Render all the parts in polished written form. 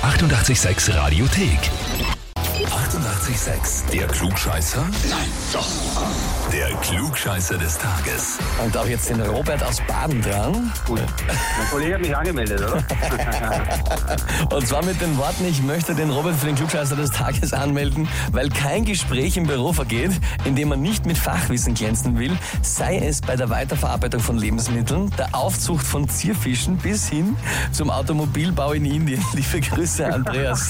886 Radiothek. 88,6. Der Klugscheißer? Nein, doch. Der Klugscheißer des Tages. Und auch jetzt den Robert aus Baden dran. Gut. Mein Kollege hat mich angemeldet, oder? Und zwar mit den Worten, ich möchte den Robert für den Klugscheißer des Tages anmelden, weil kein Gespräch im Büro vergeht, in dem man nicht mit Fachwissen glänzen will, sei es bei der Weiterverarbeitung von Lebensmitteln, der Aufzucht von Zierfischen bis hin zum Automobilbau in Indien. Liebe Grüße, Andreas.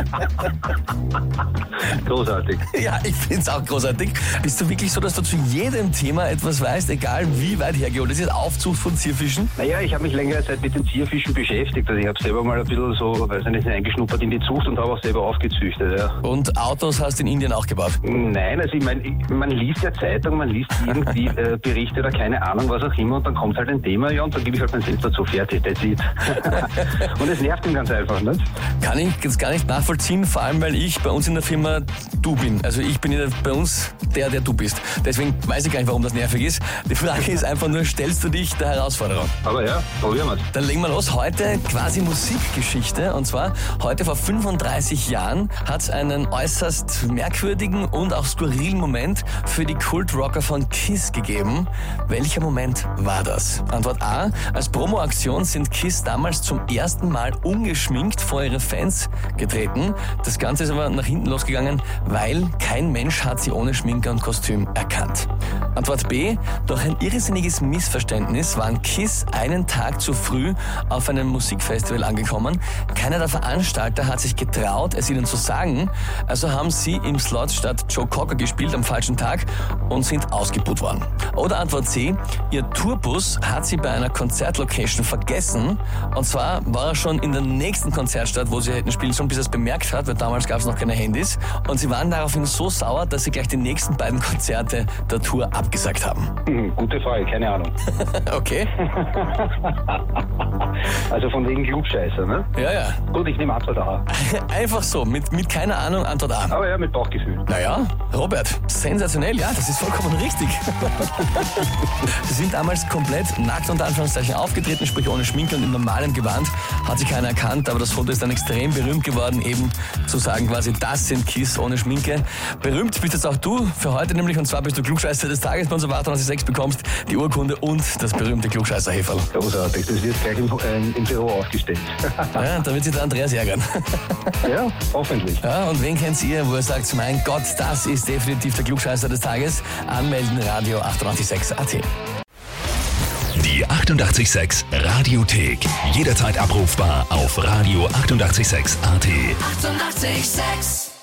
Großartig. Ja, ich find's auch großartig. Bist du wirklich so, dass du zu jedem Thema etwas weißt, egal wie weit hergeholt ist? Aufzucht von Zierfischen? Naja, ich habe mich längere Zeit mit den Zierfischen beschäftigt. Also ich habe selber mal ein bisschen so, weiß nicht, eingeschnuppert in die Zucht und habe auch selber aufgezüchtet, ja. Und Autos hast du in Indien auch gebaut? Nein, also ich meine, man liest ja Zeitung, man liest irgendwie Berichte oder keine Ahnung, was auch immer, und dann kommt halt ein Thema, ja, und dann gebe ich halt mein Senf dazu, fertig, that's it. Und es nervt ihn ganz einfach, nicht? Kann ich jetzt gar nicht nachvollziehen, vor allem, weil ich bei uns in der Firma du bin. Also ich bin ja bei uns der du bist. Deswegen weiß ich gar nicht, warum das nervig ist. Die Frage ist einfach nur, stellst du dich der Herausforderung? Aber ja, probieren wir's. Dann legen wir los. Heute quasi Musikgeschichte. Und zwar, heute vor 35 Jahren hat es einen äußerst merkwürdigen und auch skurrilen Moment für die Kultrocker von KISS gegeben. Welcher Moment war das? Antwort A. Als Promoaktion sind KISS damals zum ersten Mal ungeschminkt vor ihre Fans getreten. Das Ganze ist aber nach hinten losgegangen, weil kein Mensch hat sie ohne Schminke und Kostüm erkannt. Antwort B. Durch ein irrsinniges Missverständnis waren KISS einen Tag zu früh auf einem Musikfestival angekommen. Keiner der Veranstalter hat sich getraut, es ihnen zu sagen. Also haben sie im Slot statt Joe Cocker gespielt am falschen Tag und sind ausgebuht worden. Oder Antwort C. Ihr Tourbus hat sie bei einer Konzertlocation vergessen. Und zwar war er schon in der nächsten Konzertstadt, wo sie hätten spielen sollen, bis er es bemerkt hat, weil damals gab es noch keine Handys. Und sie waren daraufhin so sauer, dass sie gleich die nächsten beiden Konzerte der Tour abgesagt haben. Gute Frage, keine Ahnung. Okay. Also von wegen Klugscheißer, ne? Ja, ja. Gut, ich nehme Antwort A. Einfach so, mit keiner Ahnung, Antwort A. Aber ja, mit Bauchgefühl. Naja, Robert, sensationell, ja, das ist vollkommen richtig. Sie sind damals komplett nackt unter Anführungszeichen aufgetreten, sprich ohne Schminke und in normalem Gewand. Hat sich keiner erkannt, aber das Foto ist dann extrem berühmt geworden, eben zu sagen quasi, das sind KISS ohne Schminke. Berühmt bist jetzt auch du für heute nämlich, und zwar bist du Klugscheißer des Tages bei uns auf 886, bekommst die Urkunde und das berühmte Klugscheißer-Häferl. Großartig, das wird gleich im Büro aufgestellt. Ja, da wird sich der Andreas ärgern. Ja, hoffentlich. Ja, und wen kennt ihr, wo ihr sagt, mein Gott, das ist definitiv der Klugscheißer des Tages? Anmelden, Radio 886 AT. Die 88,6 Radiothek. Jederzeit abrufbar auf Radio 88,6 AT. 88,6.